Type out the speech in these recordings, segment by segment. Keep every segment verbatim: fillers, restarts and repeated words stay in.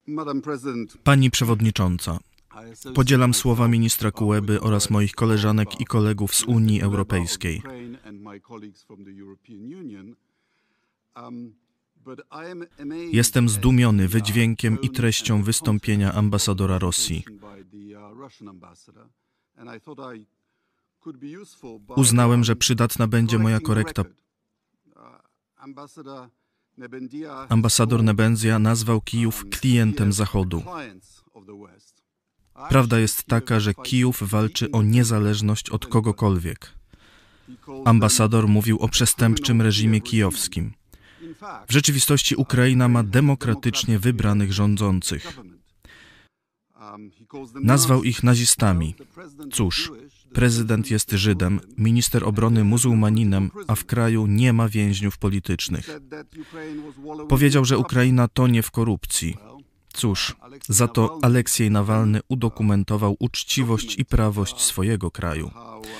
Pani Przewodnicząca, podzielam słowa ministra Kuleby oraz moich koleżanek i kolegów z Unii Europejskiej. Jestem zdumiony wydźwiękiem i treścią wystąpienia ambasadora Rosji. Uznałem, że przydatna będzie moja korekta. Ambasador Nebenzia nazwał Kijów klientem Zachodu. Prawda jest taka, że Kijów walczy o niezależność od kogokolwiek. Ambasador mówił o przestępczym reżimie kijowskim. W rzeczywistości Ukraina ma demokratycznie wybranych rządzących. Nazwał ich nazistami. Cóż, prezydent jest Żydem, minister obrony muzułmaninem, a w kraju nie ma więźniów politycznych. Powiedział, że Ukraina tonie w korupcji. Cóż, za to Aleksiej Nawalny udokumentował uczciwość i prawość swojego kraju.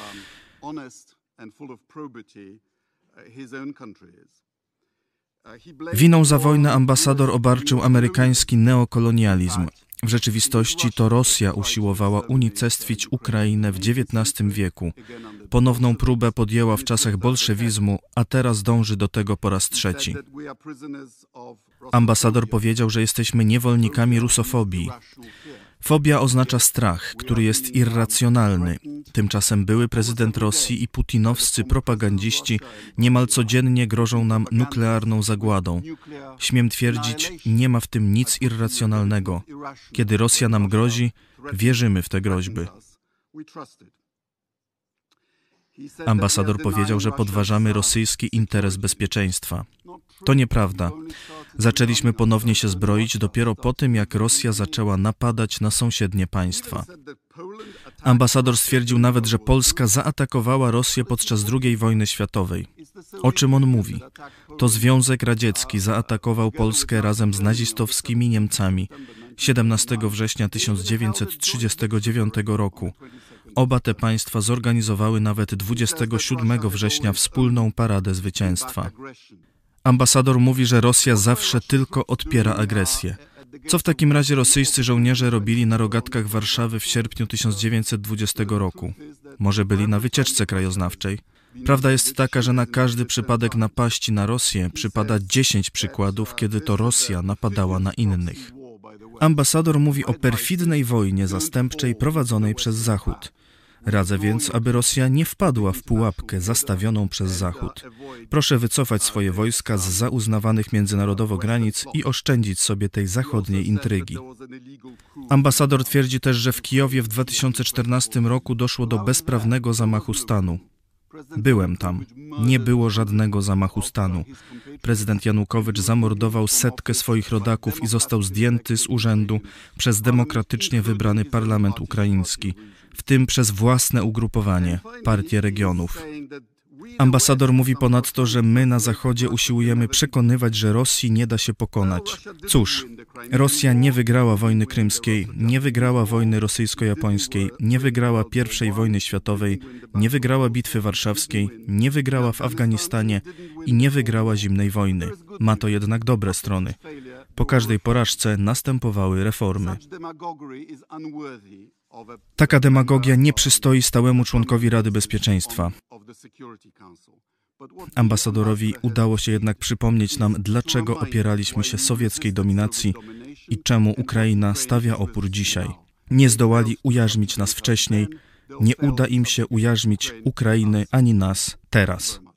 Winą za wojnę ambasador obarczył amerykański neokolonializm. W rzeczywistości to Rosja usiłowała unicestwić Ukrainę w dziewiętnastym wieku. Ponowną próbę podjęła w czasach bolszewizmu, a teraz dąży do tego po raz trzeci. Ambasador powiedział, że jesteśmy niewolnikami rusofobii. Fobia oznacza strach, który jest irracjonalny. Tymczasem były prezydent Rosji i putinowscy propagandziści niemal codziennie grożą nam nuklearną zagładą. Śmiem twierdzić, nie ma w tym nic irracjonalnego. Kiedy Rosja nam grozi, wierzymy w te groźby. Ambasador powiedział, że podważamy rosyjski interes bezpieczeństwa. To nieprawda. Zaczęliśmy ponownie się zbroić dopiero po tym, jak Rosja zaczęła napadać na sąsiednie państwa. Ambasador stwierdził nawet, że Polska zaatakowała Rosję podczas drugiej wojny światowej. O czym on mówi? To Związek Radziecki zaatakował Polskę razem z nazistowskimi Niemcami siedemnastego września tysiąc dziewięćset trzydziestego dziewiątego roku. Oba te państwa zorganizowały nawet dwudziestego siódmego września wspólną paradę zwycięstwa. Ambasador mówi, że Rosja zawsze tylko odpiera agresję. Co w takim razie rosyjscy żołnierze robili na rogatkach Warszawy w sierpniu tysiąc dziewięćset dwudziestego roku? Może byli na wycieczce krajoznawczej? Prawda jest taka, że na każdy przypadek napaści na Rosję przypada dziesięć przykładów, kiedy to Rosja napadała na innych. Ambasador mówi o perfidnej wojnie zastępczej prowadzonej przez Zachód. Radzę więc, aby Rosja nie wpadła w pułapkę zastawioną przez Zachód. Proszę wycofać swoje wojska z zauznawanych międzynarodowo granic i oszczędzić sobie tej zachodniej intrygi. Ambasador twierdzi też, że w Kijowie w dwa tysiące czternastym roku doszło do bezprawnego zamachu stanu. Byłem tam. Nie było żadnego zamachu stanu. Prezydent Janukowycz zamordował setkę swoich rodaków i został zdjęty z urzędu przez demokratycznie wybrany parlament ukraiński, w tym przez własne ugrupowanie, Partię Regionów. Ambasador mówi ponadto, że my na Zachodzie usiłujemy przekonywać, że Rosji nie da się pokonać. Cóż, Rosja nie wygrała wojny krymskiej, nie wygrała wojny rosyjsko-japońskiej, nie wygrała pierwszej wojny światowej, nie wygrała bitwy warszawskiej, nie wygrała w Afganistanie i nie wygrała zimnej wojny. Ma to jednak dobre strony. Po każdej porażce następowały reformy. Taka demagogia nie przystoi stałemu członkowi Rady Bezpieczeństwa. Ambasadorowi udało się jednak przypomnieć nam, dlaczego opieraliśmy się sowieckiej dominacji i czemu Ukraina stawia opór dzisiaj. Nie zdołali ujarzmić nas wcześniej, nie uda im się ujarzmić Ukrainy ani nas teraz.